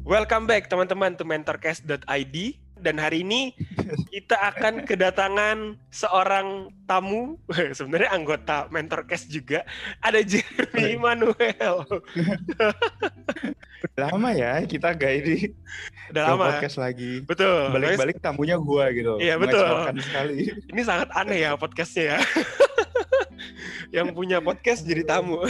Welcome back teman-teman to mentorcast.id. Dan hari ini kita akan kedatangan seorang tamu, sebenarnya anggota Mentorcast juga, ada Jeremy Immanuel. Udah lama ya kita gak ini Udah ke lama, podcast lagi. betul. Balik-balik tamunya gua gitu. Iya betul. Mengecewakan sekali. Ini sangat aneh ya podcastnya ya. Yang punya podcast jadi tamu.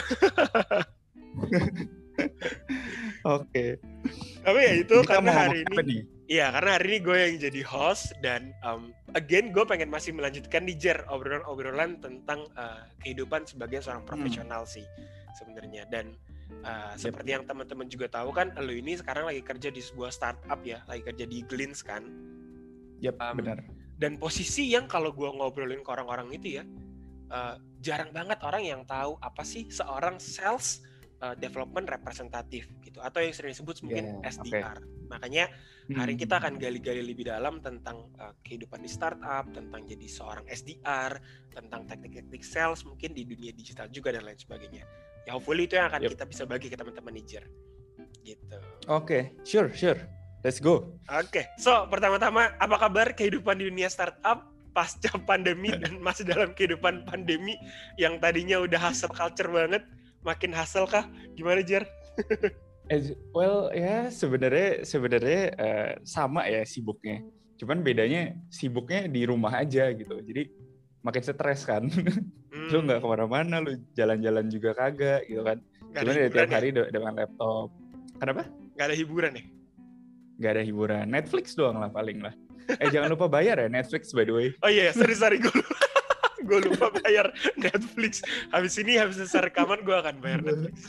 Oke. Tapi ya itu Kita karena mau hari apa ini. nih? Iya, karena hari ini gue yang jadi host dan again gue pengen masih melanjutkan nih Jer, obrolan tentang kehidupan sebagai seorang profesional sih sebenarnya. Dan seperti yang teman-teman juga tahu kan, lo ini sekarang lagi kerja di sebuah startup ya, lagi kerja di Glints kan. Yap, benar. Dan posisi yang kalau gue ngobrolin ke orang-orang itu ya, jarang banget orang yang tahu apa sih seorang sales development representative gitu, atau yang sering disebut mungkin SDR. Makanya hari kita akan gali-gali lebih dalam tentang kehidupan di startup, tentang jadi seorang SDR, tentang teknik-teknik sales mungkin di dunia digital juga dan lain sebagainya. Ya hopefully itu yang akan kita bisa bagi ke teman-teman Niger. Gitu. Oke, sure. Let's go. Oke, so pertama-tama apa kabar kehidupan di dunia startup pasca pandemi dan masih dalam kehidupan pandemi yang tadinya udah hustle culture banget? Makin hasil kah? Gimana Jer? Well ya sebenarnya sama ya sibuknya. Cuman bedanya sibuknya di rumah aja gitu. Jadi makin stres kan. Lu nggak kemana-mana, lu jalan-jalan juga kagak gitu kan. Cuman ya tiap hari dengan laptop. Kenapa? Nggak ada hiburan ya? Nggak ada hiburan. Netflix doang lah paling lah. Jangan lupa bayar ya Netflix by the way. Oh iya, sorry gue lupa bayar Netflix. Habis selesai rekaman gue akan bayar Netflix.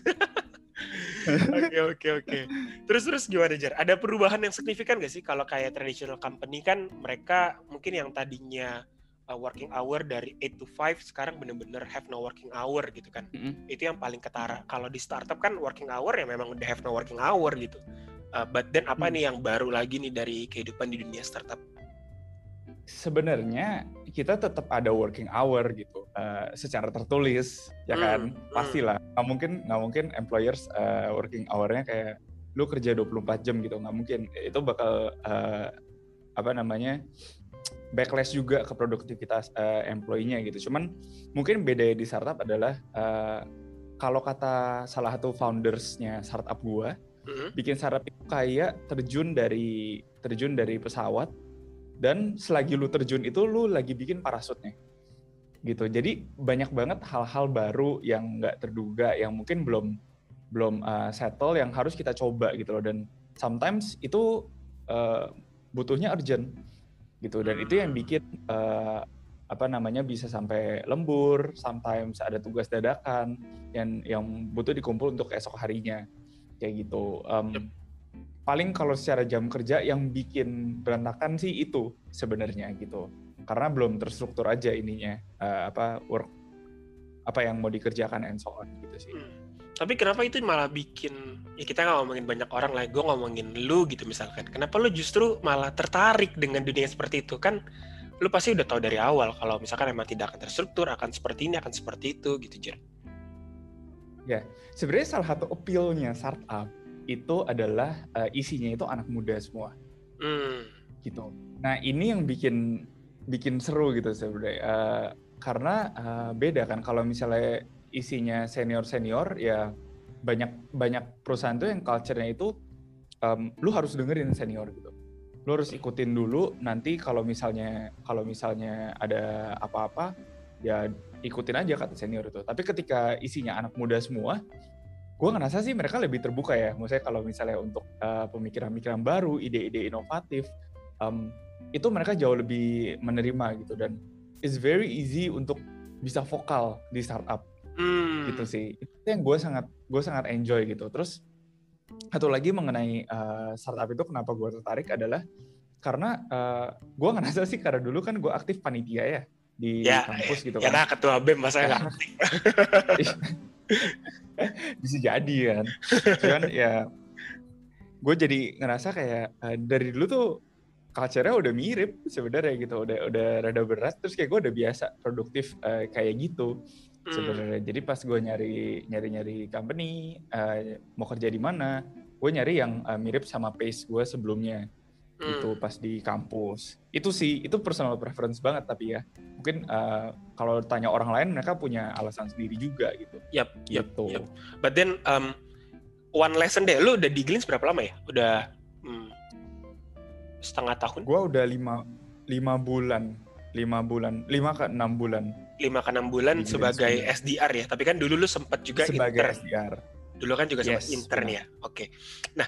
Oke. Terus gimana Jar? Ada perubahan yang signifikan gak sih kalau kayak traditional company kan mereka mungkin yang tadinya working hour dari 8 to 5 sekarang bener-bener have no working hour gitu kan. Itu yang paling ketara. Kalau di startup kan working hour ya memang udah have no working hour gitu. But then apa nih yang baru lagi nih dari kehidupan di dunia startup? Sebenarnya kita tetap ada working hour gitu secara tertulis ya kan pastilah nggak mungkin employers working hournya kayak lu kerja 24 jam gitu, nggak mungkin. Itu bakal backlash juga ke produktivitas employee-nya gitu. Cuman mungkin beda di startup adalah kalau kata salah satu founders-nya startup gua, bikin startup itu kayak terjun dari pesawat. Dan selagi lu terjun itu lu lagi bikin parasutnya gitu. Jadi banyak banget hal-hal baru yang nggak terduga, yang mungkin belum settle, yang harus kita coba gitu loh. Dan sometimes itu butuhnya urgent gitu. Dan itu yang bikin bisa sampai lembur. Sometimes ada tugas dadakan yang butuh dikumpul untuk esok harinya kayak gitu. Paling kalau secara jam kerja yang bikin berantakan sih itu sebenarnya gitu, karena belum terstruktur aja ininya work yang mau dikerjakan and so on gitu sih. Tapi kenapa itu malah bikin, ya kita nggak ngomongin banyak orang lah, gue ngomongin lu gitu misalkan, kenapa lu justru malah tertarik dengan dunia seperti itu? Kan lu pasti udah tahu dari awal kalau misalkan emang tidak akan terstruktur, akan seperti ini, akan seperti itu gitu Jer. Ya, sebenarnya salah satu appeal-nya startup itu adalah isinya itu anak muda semua, gitu. Nah ini yang bikin seru gitu sebenarnya, karena beda kan kalau misalnya isinya senior ya banyak perusahaan tuh yang culture-nya itu lu harus dengerin senior gitu, lu harus ikutin dulu. Nanti kalau misalnya ada apa-apa ya ikutin aja kata senior itu. Tapi ketika isinya anak muda semua, gue ngerasa sih mereka lebih terbuka ya. Maksudnya kalau misalnya untuk pemikiran-pemikiran baru, ide-ide inovatif, itu mereka jauh lebih menerima gitu. Dan it's very easy untuk bisa vokal di startup gitu sih. Itu yang gue sangat enjoy gitu. Terus satu lagi mengenai startup itu kenapa gue tertarik adalah karena gue ngerasa sih karena dulu kan gue aktif panitia ya di kampus gitu kan. Ya nah ketua BEM masa nggak aktif. Bisa jadi kan. Cuman ya gue jadi ngerasa kayak dari dulu tuh culture-nya udah mirip sebenarnya gitu, udah rada berat. Terus kayak gue udah biasa produktif kayak gitu sebenarnya. Jadi pas gue nyari company mau kerja di mana, gue nyari yang mirip sama pace gue sebelumnya gitu pas di kampus. Itu sih, itu personal preference banget, tapi ya mungkin kalau tanya orang lain mereka punya alasan sendiri juga gitu. Yep. But then one lesson deh, lu udah di Glints berapa lama ya? Udah setengah tahun? Gue udah 5 bulan. 5 ke 6 bulan. 5 ke 6 bulan sebagai SDR ya. Tapi kan dulu lu sempat juga sebagai intern. SDR. Dulu kan juga sempat intern ya. Oke. Nah,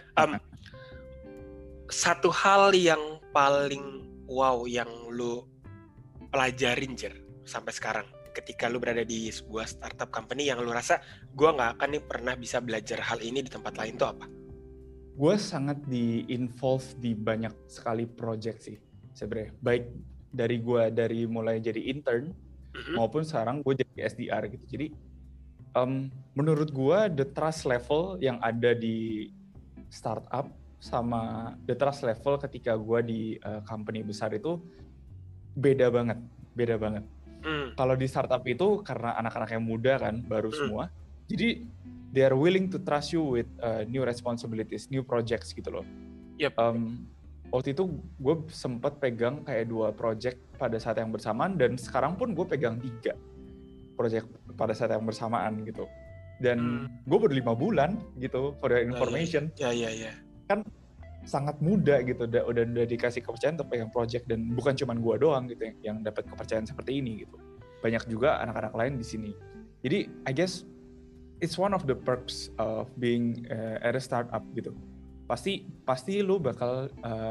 satu hal yang paling wow yang lu pelajarin Jer sampai sekarang ketika lu berada di sebuah startup company yang lu rasa gue nggak akan nih pernah bisa belajar hal ini di tempat lain tuh apa? Gue sangat di-involve di banyak sekali project sih sebenarnya. Baik dari mulai jadi intern maupun sekarang gue jadi SDR gitu. Jadi menurut gue the trust level yang ada di startup sama the trust level ketika gue di company besar itu beda banget. Kalau di startup itu karena anak-anak yang muda kan, baru semua, jadi they are willing to trust you with new responsibilities, new projects gitu loh. Yep. Waktu itu gue sempat pegang kayak 2 project pada saat yang bersamaan, dan sekarang pun gue pegang 3 project pada saat yang bersamaan gitu. Dan gue baru 5 bulan gitu, for the information. Iya. Kan sangat muda gitu, udah dikasih kepercayaan untuk pegang project, dan bukan cuma gue doang gitu yang dapat kepercayaan seperti ini gitu. Banyak juga anak-anak lain di sini. Jadi I guess it's one of the perks of being at a startup gitu. Pasti lu bakal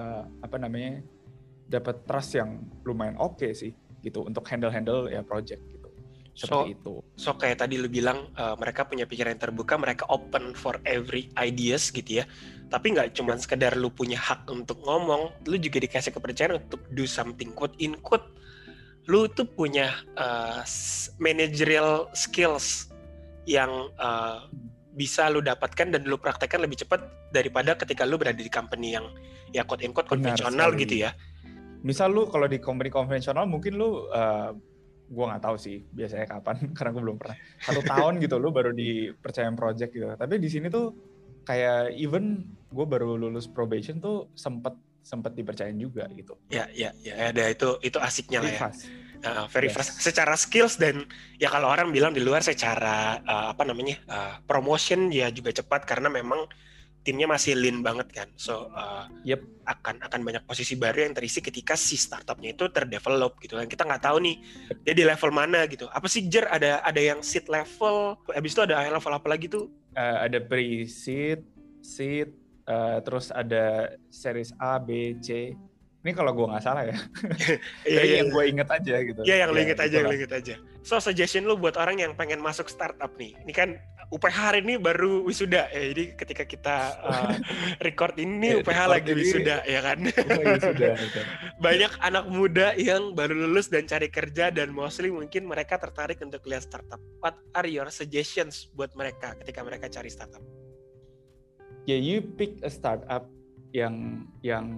dapat trust yang lumayan oke sih gitu untuk handle ya project gitu. Seperti itu. So kayak tadi lu bilang mereka punya pikiran yang terbuka, mereka open for every ideas gitu ya. Tapi nggak cuma sekedar lu punya hak untuk ngomong, lu juga dikasih kepercayaan untuk do something, quote in quote. Lu tuh punya managerial skills yang bisa lu dapatkan dan lu praktekkan lebih cepat daripada ketika lu berada di company yang ya quote in quote konvensional gitu ya. Misal lu kalau di company konvensional mungkin lu gue nggak tahu sih biasanya kapan karena gue belum pernah 1 tahun gitu lu baru dipercayain project gitu. Tapi di sini tuh kayak even gue baru lulus probation tuh sempet dipercayain juga gitu. Ya ada itu asiknya lah ya. Very fast secara skills, dan ya kalau orang bilang di luar secara promotion ya juga cepat karena memang timnya masih lean banget kan. So akan banyak posisi baru yang terisi ketika si startupnya itu terdevelop gitu kan. Kita nggak tahu nih dia di level mana gitu. Apa sih Jer, ada yang seed level, habis itu ada level apa lagi tuh? Ada pre-seed, seed, terus ada series A, B, C. Ini kalau gue nggak salah ya. Yang gue inget aja gitu. Iya, yang lu inget aja. So suggestion lu buat orang yang pengen masuk startup nih. Ini kan UPH hari ini baru wisuda ya. Jadi ketika kita record ini UPH lagi wisuda ya kan. Banyak anak muda yang baru lulus dan cari kerja, dan mostly mungkin mereka tertarik untuk lihat startup. What are your suggestions buat mereka ketika mereka cari startup? You pick a startup yang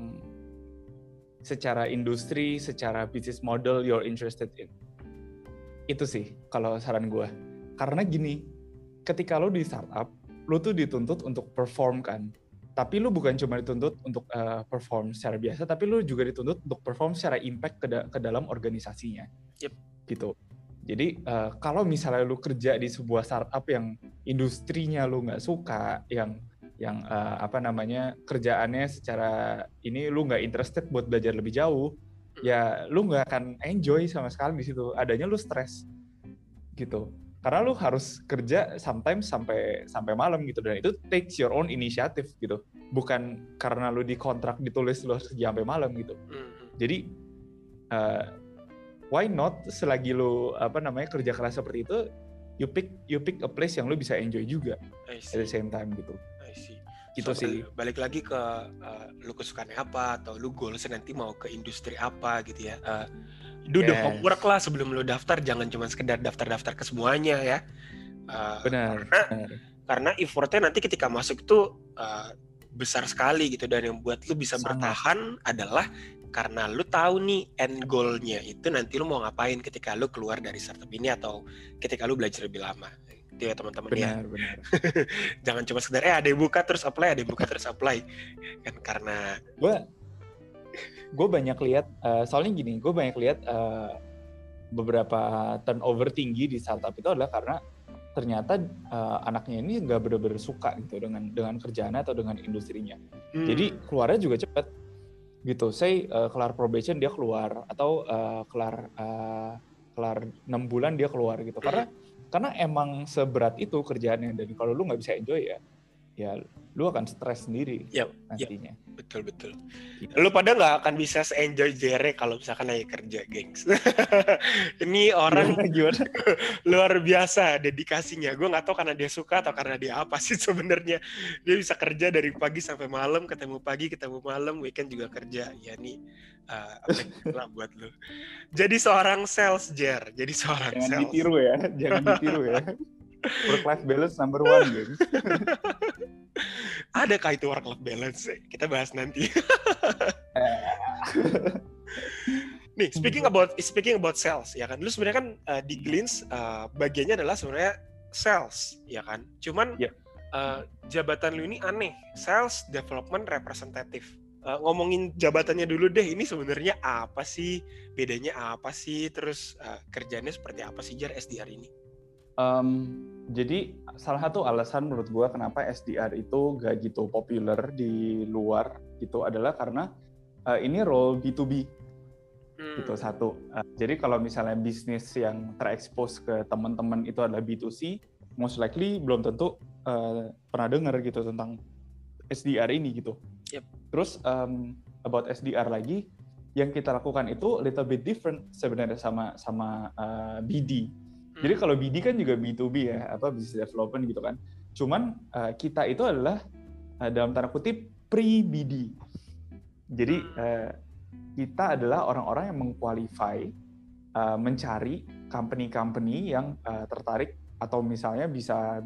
secara industri, secara business model you're interested in. Itu sih kalau saran gue. Karena gini, ketika lo di startup, lo tuh dituntut untuk perform kan. Tapi lo bukan cuma dituntut untuk perform secara biasa, tapi lo juga dituntut untuk perform secara impact ke dalam organisasinya. Yep. Gitu. Jadi kalau misalnya lo kerja di sebuah startup yang industrinya lo nggak suka, yang kerjaannya secara ini lu nggak interested buat belajar lebih jauh, ya lu nggak akan enjoy sama sekali di situ. Adanya lu stres gitu, karena lu harus kerja sometimes sampai malam gitu, dan itu takes your own initiative gitu, bukan karena lu di kontrak ditulis lu harus kerja sampai malam gitu. Jadi why not selagi lu kerja keras seperti itu, you pick a place yang lu bisa enjoy juga at the same time gitu. Gitu sih. Balik lagi ke lu kesukaannya apa, atau lu goalsnya nanti mau ke industri apa gitu ya. Do the homework lah sebelum lu daftar, jangan cuma sekedar daftar ke semuanya ya. Benar. Karena effortnya nanti ketika masuk itu besar sekali gitu, dan yang buat lu bisa bertahan adalah karena lu tahu nih end goal-nya itu nanti lu mau ngapain ketika lu keluar dari startup ini atau ketika lu belajar lebih lama. gitu ya teman-teman ya. Benar. Jangan cuma sekedar ada yang buka terus apply, ada yang buka terus apply. Kan karena gue banyak lihat, soalnya gini, gue banyak lihat beberapa turnover tinggi di startup itu adalah karena ternyata anaknya ini nggak benar-benar suka gitu dengan kerjaannya atau dengan industrinya. Jadi keluarnya juga cepat gitu. Kelar probation dia keluar, atau kelar 6 bulan dia keluar gitu. Karena emang seberat itu kerjaannya, dan kalau lu nggak bisa enjoy ya lu akan stres sendiri nantinya. Betul. Lu pada nggak akan bisa se-enjoy Jere kalau misalkan lagi kerja, gengs. Ini orang gimana? luar biasa dedikasinya. Gue nggak tahu karena dia suka atau karena dia apa sih sebenarnya. Dia bisa kerja dari pagi sampai malam, ketemu pagi, ketemu malam, weekend juga kerja. Ya nih, lah buat lu. Jadi seorang sales, Jer. Jadi seorang Jangan sales. Jangan ditiru ya. Work-life balance number 1, guys. Adakah itu work-life balance? Kita bahas nanti. Nih, speaking about sales, ya kan? Lu sebenarnya kan di Glints bagiannya adalah sebenarnya sales, ya kan? Cuman jabatan lu ini aneh, sales development representative. Ngomongin jabatannya dulu deh, ini sebenarnya apa sih? Bedanya apa sih? Terus kerjanya seperti apa sih, Jar, SDR ini? Jadi salah satu alasan menurut gue kenapa SDR itu gak gitu populer di luar gitu adalah karena ini role B2B gitu, satu. Jadi kalau misalnya bisnis yang terekspos ke teman-teman itu adalah B2C, most likely belum tentu pernah dengar gitu tentang SDR ini gitu. Yep. Terus about SDR lagi, yang kita lakukan itu little bit different sebenarnya sama BD. Jadi kalau BD kan juga B2B ya, business development gitu kan. Cuman kita itu adalah dalam tanda kutip pre-BD. Jadi kita adalah orang-orang yang meng-qualify, mencari company-company yang tertarik atau misalnya bisa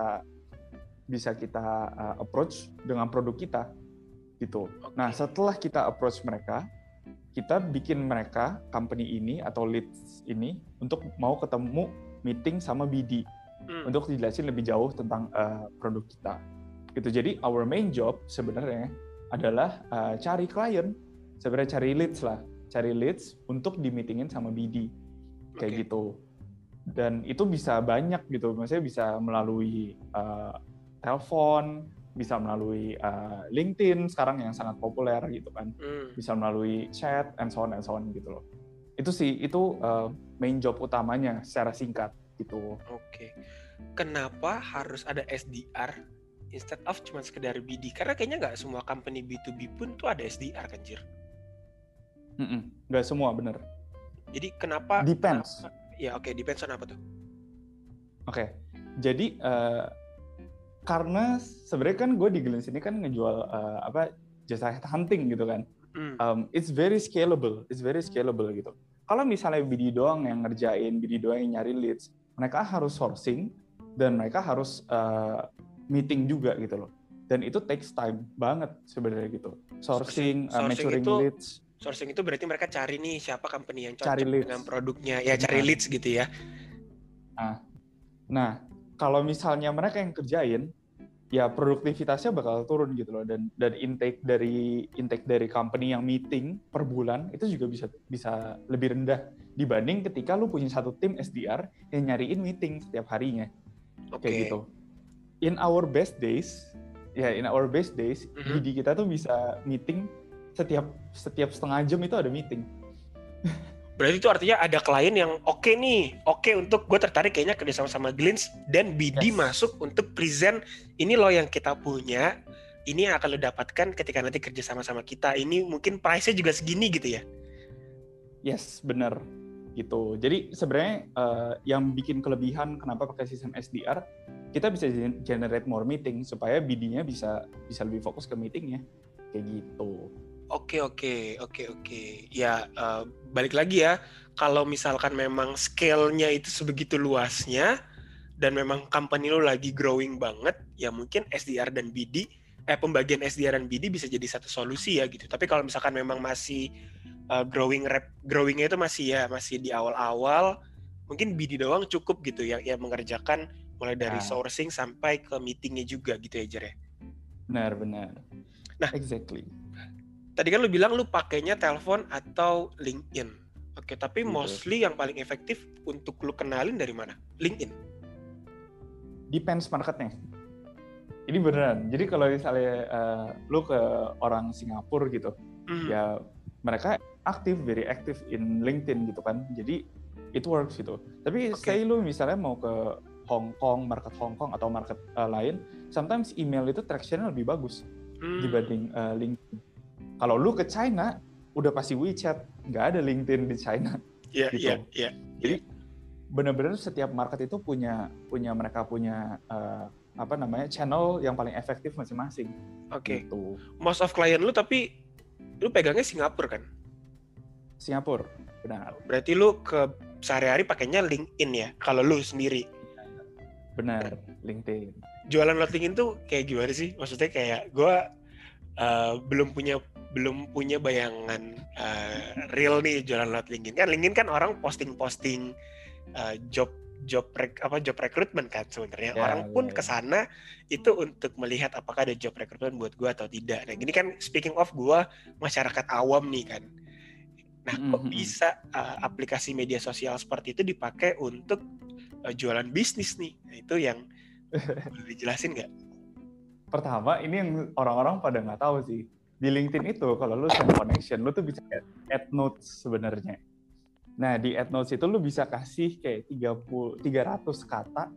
kita approach dengan produk kita gitu. Nah, setelah kita approach mereka, kita bikin mereka company ini atau leads ini untuk mau ketemu meeting sama BD untuk dijelasin lebih jauh tentang produk kita. Gitu. Jadi our main job sebenarnya adalah cari klien, sebenarnya cari leads untuk di meetingin sama BD kayak gitu. Dan itu bisa banyak gitu, maksudnya bisa melalui telepon, bisa melalui LinkedIn sekarang yang sangat populer gitu kan, bisa melalui chat and so on gitu loh. Itu main job utamanya secara singkat gitu. Oke. Kenapa harus ada SDR instead of cuma sekedar BD? Karena kayaknya nggak semua company B2B pun tuh ada SDR kan, Jir? Nggak semua, bener. Jadi kenapa? Depends. Depends on apa tuh? Oke. Jadi karena sebenarnya kan gue di Glints ini kan ngejual jasa hunting gitu kan. It's very scalable gitu. Kalau misalnya BD doang yang ngerjain, BD doang yang nyari leads, mereka harus sourcing dan mereka harus meeting juga gitu loh. Dan itu takes time banget sebenarnya gitu. Sourcing maturing leads. Sourcing itu berarti mereka cari nih siapa company yang cocok dengan produknya, ya cari leads gitu ya. Nah, kalau misalnya mereka yang kerjain, ya produktivitasnya bakal turun gitu loh, dan intake dari company yang meeting per bulan itu juga bisa lebih rendah dibanding ketika lu punya satu tim SDR yang nyariin meeting setiap harinya. Kayak gitu. In our best days, BD kita tuh bisa meeting setiap setengah jam itu ada meeting. Berarti itu artinya ada klien yang oke untuk gue tertarik kayaknya kerja sama Glints, dan BD masuk untuk present ini loh yang kita punya, ini yang akan lo dapatkan ketika nanti kerja sama kita, ini mungkin price-nya juga segini gitu ya? Yes, benar gitu. Jadi sebenarnya yang bikin kelebihan kenapa pakai sistem SDR, kita bisa generate more meeting supaya BD-nya bisa lebih fokus ke meetingnya kayak gitu. Oke. Ya, balik lagi ya. Kalau misalkan memang scale-nya itu sebegitu luasnya, dan memang company lo lagi growing banget, ya mungkin SDR dan BD, pembagian SDR dan BD bisa jadi satu solusi ya gitu. Tapi kalau misalkan memang masih growing-nya itu masih di awal-awal, mungkin BD doang cukup gitu ya mengerjakan mulai dari sourcing sampai ke meetingnya juga gitu ya, Jer ya. Benar. Nah, exactly. Tadi kan lu bilang lu pakainya telepon atau LinkedIn. Oke, tapi gitu. Mostly yang paling efektif untuk lu kenalin dari mana? LinkedIn. Depends marketnya. Ini beneran. Jadi kalau misalnya lu ke orang Singapura gitu, ya mereka very active in LinkedIn gitu kan. Jadi it works gitu. Tapi say lu misalnya mau ke Hong Kong, market Hong Kong atau market lain, sometimes email itu traction-nya lebih bagus dibanding LinkedIn. Kalau lu ke China, udah pasti WeChat, nggak ada LinkedIn di China. Iya. Jadi benar-benar setiap market itu mereka punya channel yang paling efektif masing-masing. Oke. Gitu. Most of client lu tapi lu pegangnya Singapura kan? Singapura, benar. Berarti lu ke sehari-hari pakainya LinkedIn ya, kalau lu sendiri? Benar, LinkedIn. Jualan lewat LinkedIn tuh kayak gimana sih? Maksudnya kayak gue belum punya bayangan real nih jualan lewat LinkedIn. Kan LinkedIn kan orang posting job recruitment kan sebenarnya. Orang pun kesana itu untuk melihat apakah ada job recruitment buat gue atau tidak. Nah gini kan speaking of gue masyarakat awam nih kan. Nah kok bisa aplikasi media sosial seperti itu dipakai untuk jualan bisnis nih? Nah, itu yang boleh dijelasin nggak? Pertama ini yang orang-orang pada nggak tahu sih. Di LinkedIn itu kalau lu send connection, lu tuh bisa add notes sebenarnya. Nah, di add notes itu lu bisa kasih kayak 300 kata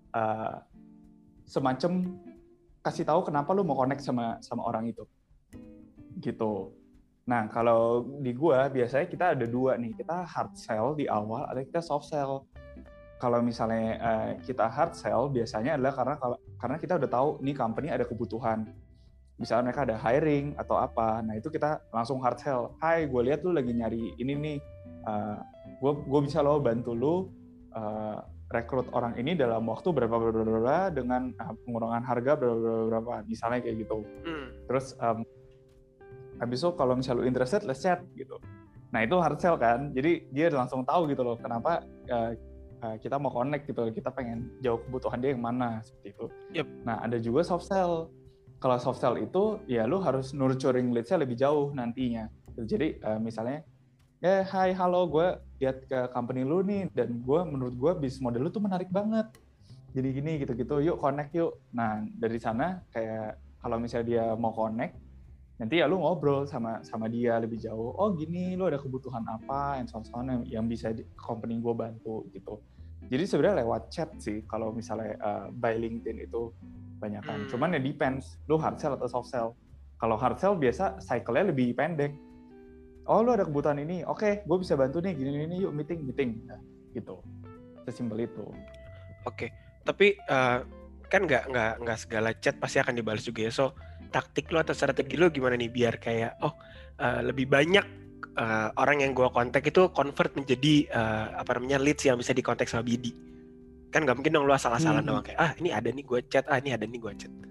semacam kasih tahu kenapa lu mau connect sama orang itu. Gitu. Nah, kalau di gua biasanya kita ada dua nih. Kita hard sell di awal, atau kita soft sell. Kalau misalnya kita hard sell biasanya adalah karena kita udah tahu nih company ada kebutuhan. Misalnya mereka ada hiring atau apa. Nah, itu kita langsung hard sell. Hai, gue lihat lu lagi nyari ini nih. Gue bisa lo bantu lu rekrut orang ini dalam waktu berapa dengan pengurangan harga berapa misalnya kayak gitu. Terus habis itu kalau misalnya lu interested, let's chat gitu. Nah, itu hard sell kan. Jadi dia langsung tahu gitu loh kenapa kita mau connect gitu, kita pengen jauh kebutuhan dia yang mana seperti itu. Yep. Nah, ada juga soft sell. Kalau soft sell itu ya lu harus nurturing leads-nya lebih jauh nantinya. Jadi misalnya, hai, halo, gue lihat ke company lu nih dan menurut gue bisnis model lu tuh menarik banget. Jadi gini gitu-gitu, yuk connect yuk. Nah, dari sana kayak kalau misalnya dia mau connect, nanti ya lu ngobrol sama dia lebih jauh. Oh gini, lu ada kebutuhan apa yang bisa company gue bantu gitu. Jadi sebenarnya lewat chat sih kalau misalnya by LinkedIn itu banyakan. Cuman ya depends, lu hard sell atau soft sell. Kalau hard sell biasa cycle-nya lebih pendek. Oh lu ada kebutuhan ini, oke, gue bisa bantu nih gini yuk meeting. Nah, gitu. Sesimpel itu. Oke. Tapi kan nggak segala chat pasti akan dibalas juga ya. So taktik lo atau strategi lo gimana nih biar kayak lebih banyak orang yang gue kontak itu convert menjadi leads yang bisa dikontak sama BD. Kan nggak mungkin dong lo asal-asalan doang kayak ini ada nih gue chat, ini ada nih gue chat.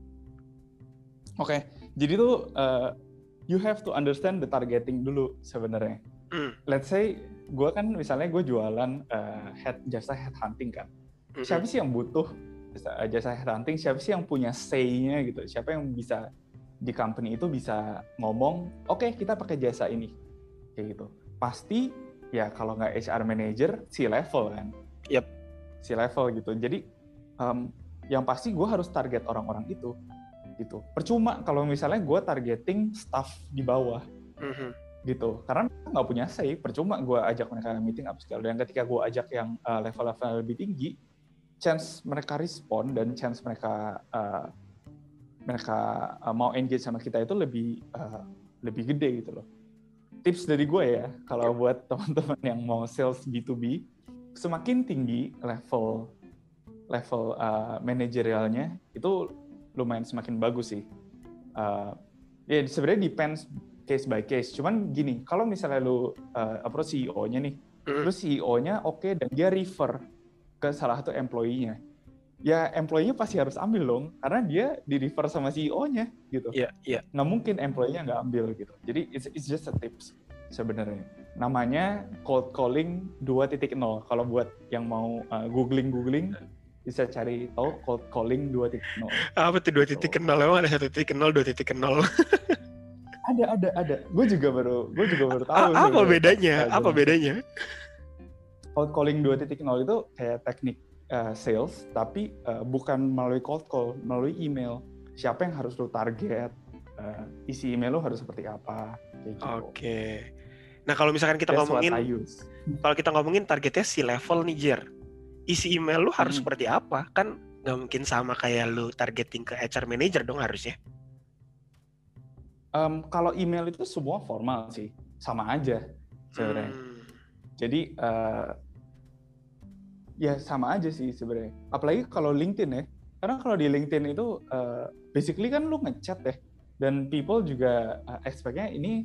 Oke. Jadi tuh you have to understand the targeting dulu sebenarnya. Let's say gue kan misalnya gue jualan jasa headhunting kan. Siapa sih yang butuh jasa headhunting? Siapa sih yang punya say-nya gitu? Siapa yang bisa di company itu bisa ngomong, oke, kita pakai jasa ini, kayak gitu. Pasti ya kalau nggak HR manager, C-level kan. Yep. C-level gitu. Jadi yang pasti gue harus target orang-orang itu. Gitu. Percuma kalau misalnya gue targeting staff di bawah. Gitu. Karena nggak punya say, percuma gue ajak mereka meeting upscale. Dan ketika gue ajak yang level-level lebih tinggi, chance mereka respon dan chance mereka mau engage sama kita itu lebih gede gitu loh. Tips dari gue ya, kalau buat teman-teman yang mau sales B2B, semakin tinggi level manajerialnya itu lumayan semakin bagus sih. Ya sebenarnya depends case by case. Cuman gini, kalau misalnya lu approach CEO-nya nih, terus CEO-nya oke dan dia refer ke salah satu employee-nya, ya employee-nya pasti harus ambil dong, karena dia di-refer sama CEO-nya gitu. Iya. Nggak mungkin employee-nya nggak ambil gitu. Jadi it's just a tips sebenarnya. Namanya cold calling 2.0. Kalau buat yang mau googling, bisa cari tahu cold calling 2.0. Apa tuh 2.0? Emang ada 1.0, 2.0? Ada. Gue juga baru tahu. Apa bedanya? Apa bedanya? Cold calling 2.0 itu kayak teknik sales, tapi bukan melalui cold call, melalui email. Siapa yang harus lo target? Isi email lo harus seperti apa? Kayak gitu. Oke. Nah kalau misalkan kita ngomongin targetnya si level nih Jer, isi email lu harus seperti apa? Kan nggak mungkin sama kayak lu targeting ke HR manager dong harusnya. Kalau email itu semua formal sih, sama aja sebenarnya. Jadi ya sama aja sih sebenarnya. Apalagi kalau LinkedIn ya, karena kalau di LinkedIn itu basically kan lu ngechat ya, dan people juga expect-nya ini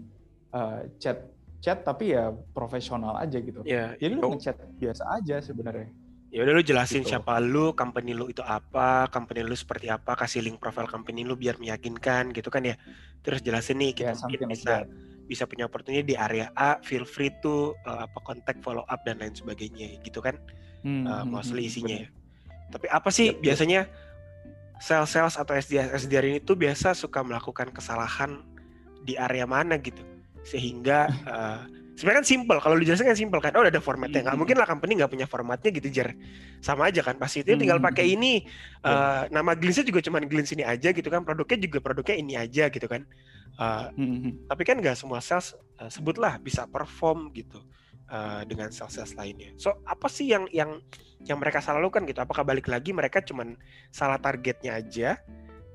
chat tapi ya profesional aja gitu. Yeah, jadi lu ngechat biasa aja sebenarnya. Ya udah lu jelasin gitu. Siapa lu, company lu itu apa, company lu seperti apa, kasih link profile company lu biar meyakinkan gitu kan ya. Terus jelasin nih kita mungkin bisa punya opportunity di area A, feel free to contact, follow up dan lain sebagainya gitu kan. Mostly isinya ya. Tapi apa sih biasanya sales atau SDR ini tuh biasa suka melakukan kesalahan di area mana gitu sehingga sebenarnya kan simple, kalau dijelasin kan simple kan, udah ada formatnya, nggak mungkin lah company nggak punya formatnya gitu Jer, sama aja kan, pasti itu tinggal pakai ini, nama Glintsnya juga cuma Glints ini aja gitu kan, produknya ini aja gitu kan, tapi kan nggak semua sales sebutlah bisa perform gitu dengan sales lainnya. So apa sih yang mereka salah lakukan gitu? Apakah balik lagi mereka cuma salah targetnya aja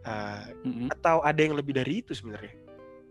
atau ada yang lebih dari itu sebenarnya?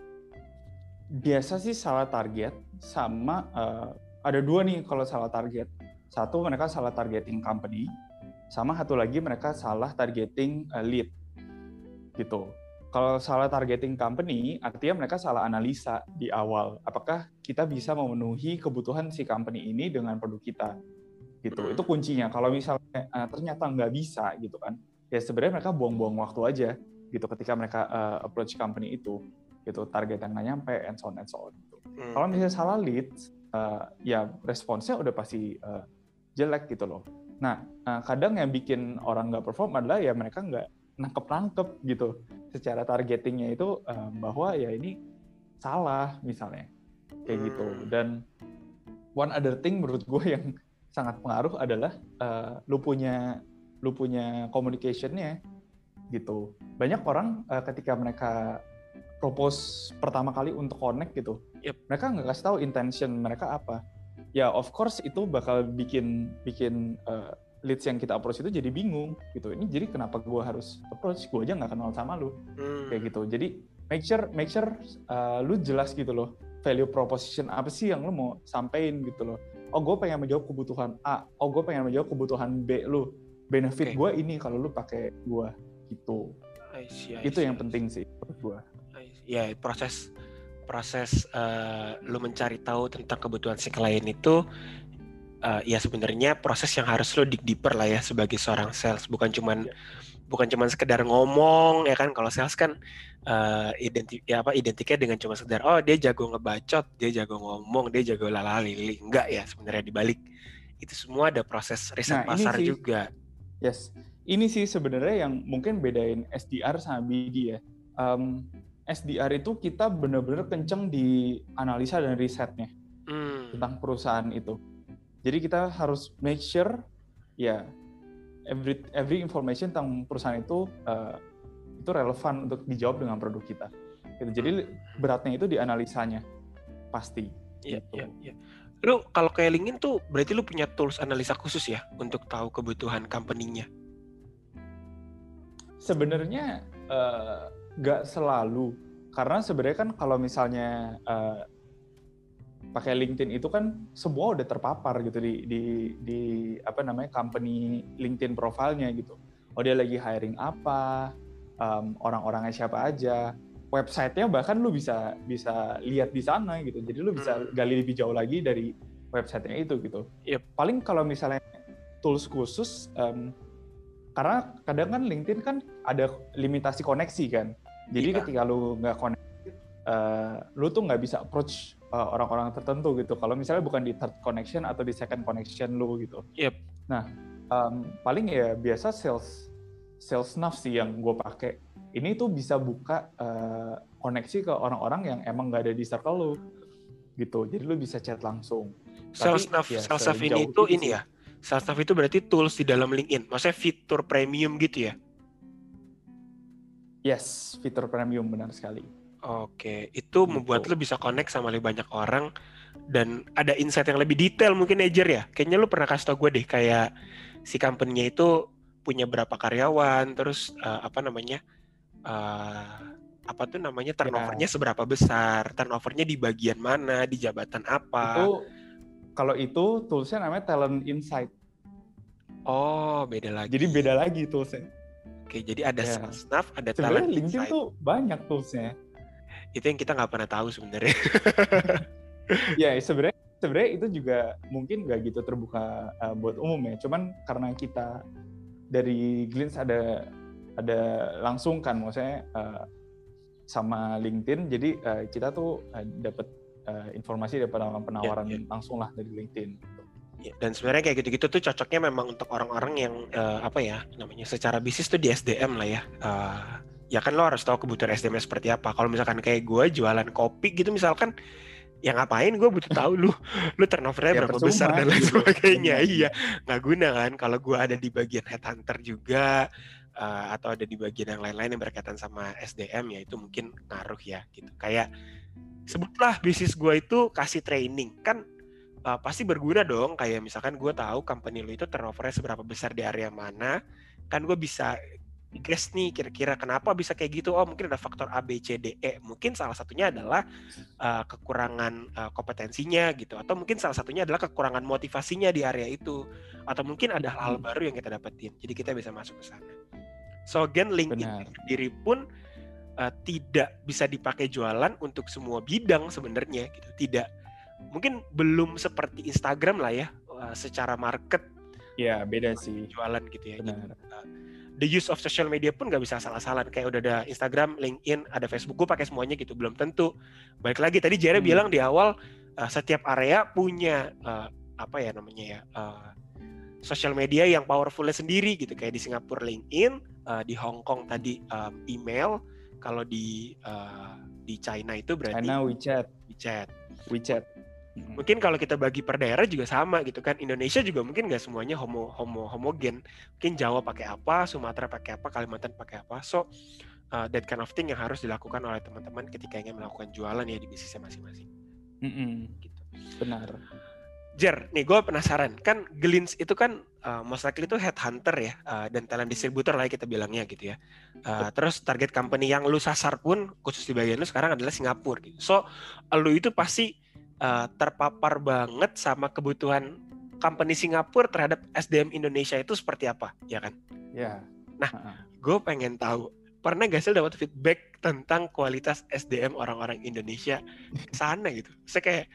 Biasa sih salah target, sama ada dua nih kalau salah target. Satu, mereka salah targeting company, sama satu lagi mereka salah targeting lead gitu. Kalau salah targeting company, artinya mereka salah analisa di awal. Apakah kita bisa memenuhi kebutuhan si company ini dengan produk kita gitu. Itu kuncinya. Kalau misalnya ternyata nggak bisa gitu kan, ya sebenarnya mereka buang-buang waktu aja gitu ketika mereka approach company itu. Gitu, target yang nggak nyampe, and so on gitu. Kalau misalnya salah leads, ya responsnya udah pasti jelek gitu loh. Nah, kadang yang bikin orang nggak perform adalah ya mereka nggak nangkep gitu secara targetingnya itu bahwa ya ini salah misalnya kayak gitu. Dan one other thing menurut gue yang sangat pengaruh adalah lu punya communication-nya gitu. Banyak orang ketika mereka propose pertama kali untuk connect gitu, mereka nggak kasih tahu intention mereka apa. Ya of course itu bakal bikin leads yang kita approach itu jadi bingung gitu. Ini jadi kenapa gue harus approach? Gue aja nggak kenal sama lu, kayak gitu. Jadi make sure lu jelas gitu loh, value proposition apa sih yang lu mau sampein gitu loh. Oh gue pengen menjawab kebutuhan A, oh gue pengen menjawab kebutuhan B lu. Benefit gue ini kalau lu pakai gue gitu. I see. Itu yang penting sih menurut gue. Ya proses lu mencari tahu tentang kebutuhan si klien itu ya sebenarnya proses yang harus lu dig deeper lah ya sebagai seorang sales, bukan cuman sekedar ngomong ya kan. Kalau sales kan identiknya dengan cuma sekedar oh dia jago ngebacot, dia jago ngomong, dia jago lalali, enggak ya, sebenarnya dibalik itu semua ada proses riset pasar juga. Yes, ini sih sebenarnya yang mungkin bedain SDR sama BD ya. SDR itu kita benar-benar kenceng di analisa dan risetnya tentang perusahaan itu. Jadi kita harus make sure ya every information tentang perusahaan itu relevan untuk dijawab dengan produk kita. Gitu. Jadi beratnya itu di analisanya pasti. Iya. Lu kalau kayak LinkedIn tuh berarti lu punya tools analisa khusus ya untuk tahu kebutuhan company-nya? Sebenarnya nggak selalu, karena sebenarnya kan kalau misalnya pakai LinkedIn itu kan semua udah terpapar gitu di apa namanya company LinkedIn profile-nya gitu. Oh dia lagi hiring apa, orang-orangnya siapa aja, website-nya bahkan lu bisa lihat di sana gitu. Jadi lu bisa gali lebih jauh lagi dari website-nya itu gitu. Paling kalau misalnya tools khusus, karena kadang kan LinkedIn kan ada limitasi koneksi kan. Jadi ketika lu nggak connect, lu tuh nggak bisa approach orang-orang tertentu gitu. Kalau misalnya bukan di third connection atau di second connection lu gitu. Nah, Paling ya biasa sales nav sih yang gue pakai. Ini tuh bisa buka koneksi ke orang-orang yang emang nggak ada di circle lo gitu. Jadi lo bisa chat langsung. Sales nav ini itu ini ya. Sales nav itu berarti tools di dalam LinkedIn. Maksudnya fitur premium gitu ya? Yes, fitur premium benar sekali. Oke, itu membuat lo bisa connect sama lebih banyak orang dan ada insight yang lebih detail mungkin Ejer ya. Kayaknya lo pernah kasih tau gue deh kayak si company-nya itu punya berapa karyawan, terus turnovernya seberapa besar, turnovernya di bagian mana, di jabatan apa. Itu kalau itu toolsnya namanya Talent Insight. Oh, beda lagi. Jadi beda lagi toolsnya. Oke, jadi ada sales nav, ada sebenarnya Talent LinkedIn Insight. tuh banyak toolsnya. Itu yang kita nggak pernah tahu sebenarnya. Ya, sebenarnya itu juga mungkin nggak gitu terbuka buat umum ya. Cuman karena kita dari Glints ada langsung kan, maksudnya sama LinkedIn, jadi kita tuh dapat informasi dari penawaran langsung lah dari LinkedIn. Gitu. Ya, dan sebenarnya kayak gitu-gitu tuh cocoknya memang untuk orang-orang yang secara bisnis tuh di SDM lah ya. Ya kan lo harus tahu kebutuhan SDM seperti apa. Kalau misalkan kayak gue jualan kopi gitu misalkan, ya ngapain gue butuh tahu lu turnovernya berapa besar dan lain sebagainya. Iya, nggak guna kan. Kalau gue ada di bagian headhunter juga atau ada di bagian yang lain-lain yang berkaitan sama SDM, ya itu mungkin ngaruh ya gitu. Kayak sebutlah bisnis gue itu kasih training kan, pasti berguna dong. Kayak misalkan gue tahu company lu itu turnovernya seberapa besar di area mana, kan gue bisa guess nih kira-kira kenapa bisa kayak gitu. Oh, mungkin ada faktor A, B, C, D, E. Mungkin salah satunya adalah kekurangan kompetensinya gitu, atau mungkin salah satunya adalah kekurangan motivasinya di area itu, atau mungkin ada hal-hal baru yang kita dapetin. Jadi kita bisa masuk ke sana. So again, LinkedIn sendiri pun tidak bisa dipakai jualan untuk semua bidang sebenarnya gitu. Tidak, mungkin belum seperti Instagram lah ya, secara market. Ya, beda sih. Jualan gitu ya. Benar. The use of social media pun nggak bisa salah-salah. Kayak udah ada Instagram, LinkedIn, ada Facebook, gue pakai semuanya gitu. Belum tentu. Balik lagi tadi Jere bilang di awal, setiap area punya social media yang powerfulnya sendiri gitu. Kayak di Singapura LinkedIn, di Hong Kong tadi email. Kalau di China itu berarti China WeChat. Mungkin kalau kita bagi per daerah juga sama gitu kan. Indonesia juga mungkin nggak semuanya homogen. Mungkin Jawa pakai apa, Sumatera pakai apa, Kalimantan pakai apa. So that kind of thing yang harus dilakukan oleh teman-teman ketika ingin melakukan jualan ya di bisnisnya masing-masing. Gitu. Benar. Jer, nih gue penasaran, kan Glints itu kan most likely itu headhunter ya, dan talent distributor lah ya kita bilangnya gitu ya. Terus target company yang lu sasar pun khusus di bagian lu sekarang adalah Singapura gitu. So lu itu pasti terpapar banget sama kebutuhan company Singapura terhadap SDM Indonesia itu seperti apa, ya kan? Ya. Nah, gue pengen tahu, pernah gak sih dapat feedback tentang kualitas SDM orang-orang Indonesia ke sana gitu? Saya kayak,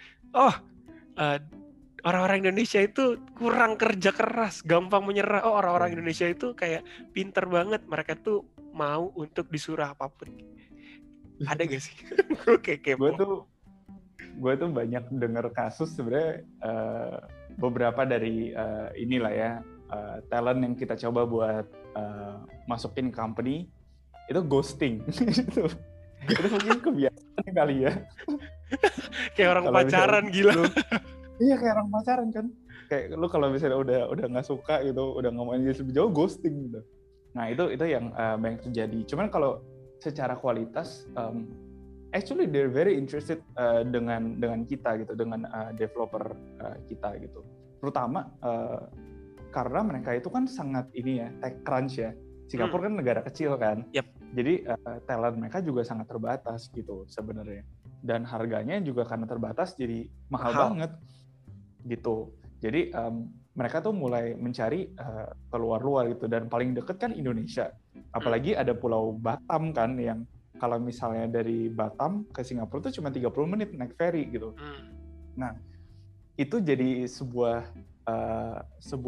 orang-orang Indonesia itu kurang kerja keras, gampang menyerah. Oh, orang-orang Indonesia itu kayak pinter banget, mereka tuh mau untuk disuruh apapun. Ada gak sih? Gue kayak kepo. Gue tuh banyak dengar kasus sebenarnya, beberapa dari inilah ya, talent yang kita coba buat masukin company itu ghosting. Itu mungkin kebiasaan kali ya. Kayak orang pacaran gila. Iya, kayak orang pacaran kan. Kayak lu kalau misalnya udah nggak suka gitu, udah ngomongin dia lebih jauh, ghosting gitu. Nah itu yang banyak terjadi. Cuman kalau secara kualitas, actually they're very interested dengan kita gitu, dengan developer kita gitu. Terutama karena mereka itu kan sangat ini ya, tech crunch ya. Singapura kan negara kecil kan. Yep. Jadi talent mereka juga sangat terbatas gitu sebenarnya. Dan harganya juga karena terbatas jadi mahal banget gitu. Jadi mereka tuh mulai mencari keluar-luar gitu, dan paling deket kan Indonesia. Apalagi ada Pulau Batam kan, yang kalau misalnya dari Batam ke Singapura tuh cuma 30 menit naik ferry gitu. Nah, itu jadi sebuah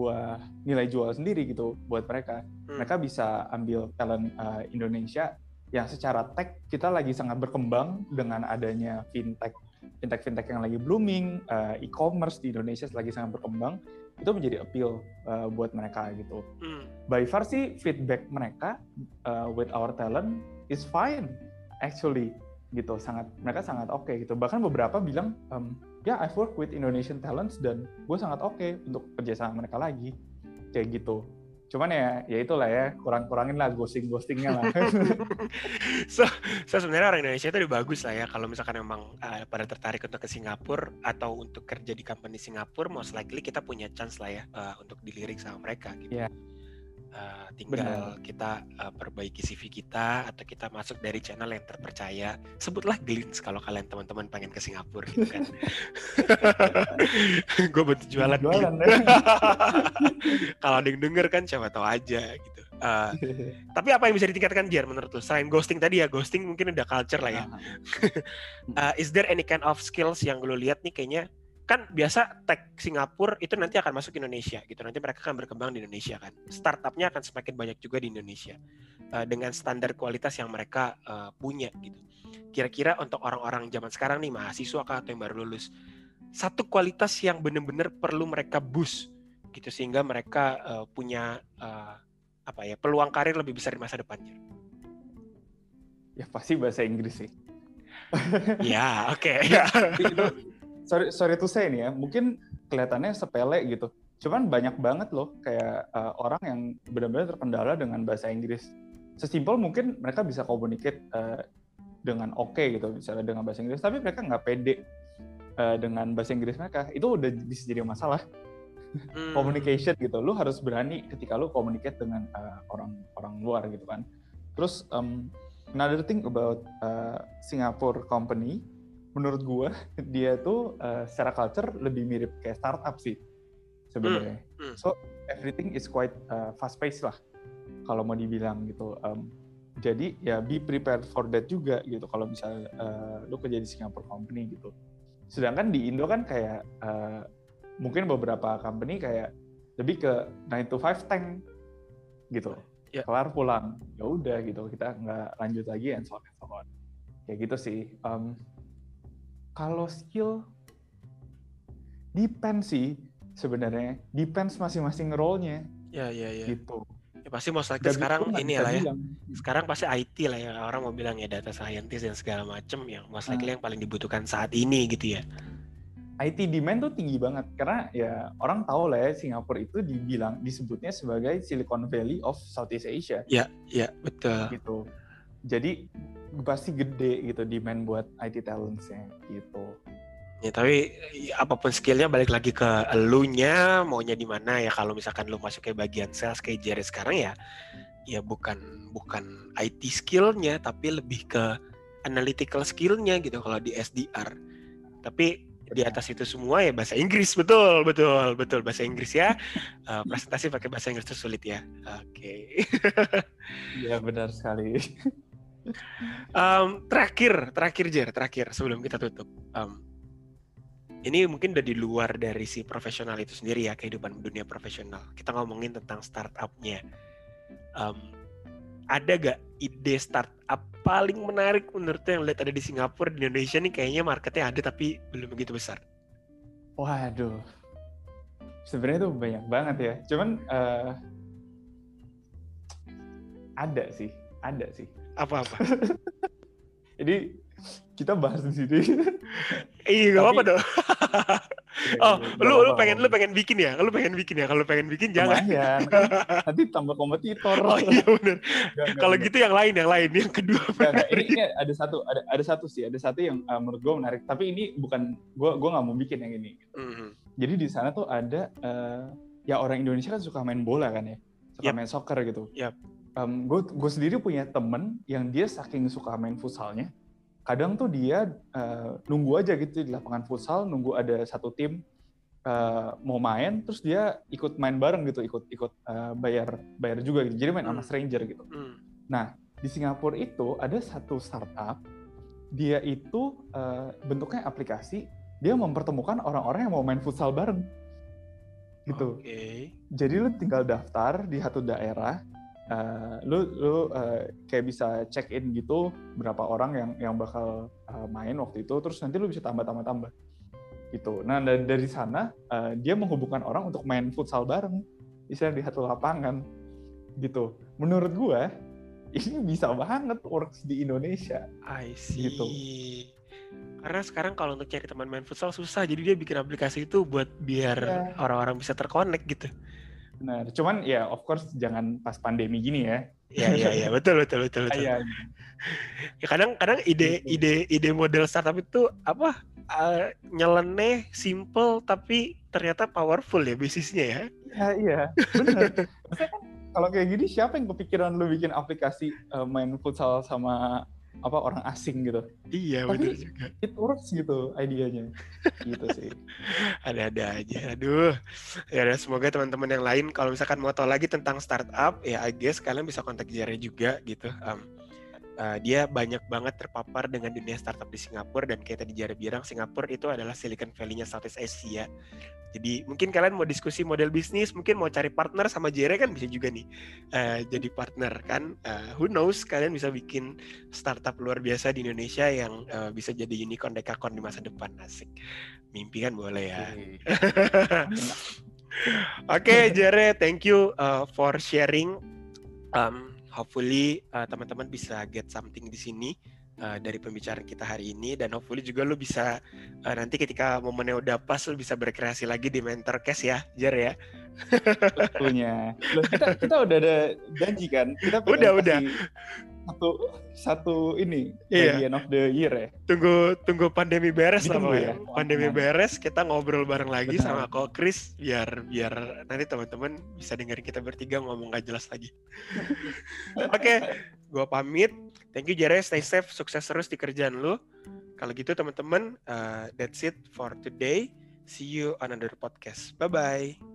nilai jual sendiri gitu buat mereka. Mereka bisa ambil talent Indonesia yang secara tech kita lagi sangat berkembang dengan adanya fintech yang lagi blooming, e-commerce di Indonesia lagi sangat berkembang, itu menjadi appeal buat mereka gitu. By far sih feedback mereka with our talent is fine actually gitu, mereka sangat oke gitu. Bahkan beberapa bilang I've worked with Indonesian talents dan gue sangat oke untuk kerja sama mereka lagi kayak gitu. Cuman ya itulah ya, kurangin lah ghostingnya lah. So sebenarnya orang Indonesia itu udah bagus lah ya, kalau misalkan emang pada tertarik untuk ke Singapura atau untuk kerja di company Singapura, most likely kita punya chance lah ya untuk dilirik sama mereka gitu. Yeah. Tinggal kita perbaiki CV kita atau kita masuk dari channel yang terpercaya. Sebutlah Glints kalau kalian teman-teman pengen ke Singapura gitu kan. Gue bantu jualan kalau ada yang denger kan siapa tahu aja gitu. Tapi apa yang bisa ditingkatkan Jer menurut lu? Selain ghosting tadi ya, ghosting mungkin udah culture lah ya. Is there any kind of skills yang lu lihat nih kayaknya, kan biasa tech Singapura itu nanti akan masuk Indonesia gitu, nanti mereka akan berkembang di Indonesia kan, startupnya akan semakin banyak juga di Indonesia dengan standar kualitas yang mereka punya gitu. Kira-kira untuk orang-orang zaman sekarang nih, mahasiswa kah atau yang baru lulus, satu kualitas yang benar-benar perlu mereka boost gitu sehingga mereka punya peluang karir lebih besar di masa depannya. Ya pasti bahasa Inggris sih. Ya oke. Sorry to say nih ya, mungkin kelihatannya sepele gitu. Cuman banyak banget loh kayak orang yang benar-benar terkendala dengan bahasa Inggris. Sesimpel mungkin mereka bisa communicate dengan oke gitu, misalnya dengan bahasa Inggris, tapi mereka nggak pede dengan bahasa Inggris mereka. Itu udah bisa jadi masalah. Communication gitu, lu harus berani ketika lu communicate dengan orang luar gitu kan. Terus another thing about Singapore company, menurut gue dia tuh secara culture lebih mirip kayak startup sih sebenarnya. So everything is quite fast paced lah kalau mau dibilang gitu. Jadi ya be prepared for that juga gitu kalau misalnya lu kerja di Singapore company gitu. Sedangkan di Indo kan kayak mungkin beberapa company kayak lebih ke 9 to 5 tank gitu. Yeah. Kelar pulang, ya udah gitu, kita nggak lanjut lagi and so on. Kayak gitu sih. Kalau skill depends sih sebenarnya, depends masing-masing role-nya. Ya. Gitu. Ya pasti most likely sekarang ini lah ya. Sekarang pasti IT lah ya, orang mau bilang ya data scientist dan segala macam yang most likely yang paling dibutuhkan saat ini gitu ya. IT demand tuh tinggi banget karena ya orang tahu lah ya Singapura itu disebutnya sebagai Silicon Valley of Southeast Asia. Ya betul. Gitu. Jadi pasti gede gitu demand buat IT talents-nya gitu. Ya tapi apapun skillnya balik lagi ke elunya maunya di mana ya. Kalau misalkan lu masuk ke bagian sales kayak Jerry sekarang ya bukan IT skillnya tapi lebih ke analytical skillnya gitu kalau di SDR. Tapi di atas itu semua ya bahasa Inggris, betul bahasa Inggris ya. Presentasi pakai bahasa Inggris itu sulit ya. Oke. Iya benar sekali. Terakhir sebelum kita tutup. Ini mungkin udah di luar dari si profesional itu sendiri ya, kehidupan dunia profesional. Kita ngomongin tentang startupnya. Ada gak ide startup paling menarik menurut yang lihat ada di Singapura, di Indonesia nih kayaknya marketnya ada tapi belum begitu besar? Waduh, sebenarnya tuh banyak banget ya. Cuman ada sih. Apa? Jadi kita bahas di sini. Iya, nggak apa-apa dong. Lu pengen bikin ya? Kalau pengen bikin jangan. Lumayan, kan nanti tambah kompetitor. Oh iya benar. Kalau gitu yang lain yang kedua. Ini ada satu yang menurut gue menarik. Tapi ini bukan gue nggak mau bikin yang ini. Jadi di sana tuh ada ya orang Indonesia kan suka main bola kan ya, suka main soccer gitu. Gue sendiri punya temen yang dia saking suka main futsalnya. Kadang tuh dia nunggu aja gitu di lapangan futsal, nunggu ada satu tim mau main, terus dia ikut main bareng gitu, ikut bayar juga gitu. Jadi main sama stranger gitu. Nah, di Singapura itu ada satu startup, dia itu bentuknya aplikasi, dia mempertemukan orang-orang yang mau main futsal bareng. Gitu. Okay. Jadi lu tinggal daftar di satu daerah, lu kayak bisa check in gitu berapa orang yang bakal main waktu itu, terus nanti lu bisa tambah gitu. Nah dari sana dia menghubungkan orang untuk main futsal bareng, misalnya di satu lapangan gitu. Menurut gue ini bisa banget works di Indonesia. I see. Gitu. Karena sekarang kalau untuk cari teman main futsal susah, jadi dia bikin aplikasi itu buat biar orang-orang bisa terkonek gitu. Benar, cuman ya of course jangan pas pandemi gini ya. Iya, betul. Ya kadang ide model startup itu apa nyeleneh, simple tapi ternyata powerful ya bisnisnya ya. Iya, benar. Maksudnya kan kalau kayak gini siapa yang kepikiran lu bikin aplikasi main futsal sama orang asing gitu. Iya, benar juga. It works gitu idenya. Gitu sih. Ada aja. Aduh. Ya semoga teman-teman yang lain kalau misalkan mau tahu lagi tentang startup, ya I guess kalian bisa kontak Jare juga gitu. Dia banyak banget terpapar dengan dunia startup di Singapura, dan kayak tadi Jare bilang, Singapura itu adalah Silicon Valley-nya Southeast Asia. Jadi mungkin kalian mau diskusi model bisnis, mungkin mau cari partner sama Jare kan bisa juga nih jadi partner kan. Who knows, kalian bisa bikin startup luar biasa di Indonesia yang bisa jadi unicorn dekakorn di masa depan. Asik. Mimpi kan boleh ya. Oke, Jare, thank you for sharing. Hopefully teman-teman bisa get something di sini dari pembicaraan kita hari ini, dan hopefully juga lu bisa nanti ketika momennya udah pas lu bisa berkreasi lagi di Mentorcast ya, Jar ya. Tentunya. Kita udah ada janji kan? Kita udah. Satu ini by the end of the year ya. Tunggu pandemi beres lah ya. Pandemi beres kita ngobrol bareng lagi. Benar. Sama Ko Chris biar nanti teman-teman bisa dengerin kita bertiga ngomong gak jelas lagi. Oke, gua pamit. Thank you Jare, stay safe, sukses terus di kerjaan lu. Kalau gitu teman-teman, that's it for today. See you on another podcast. Bye bye.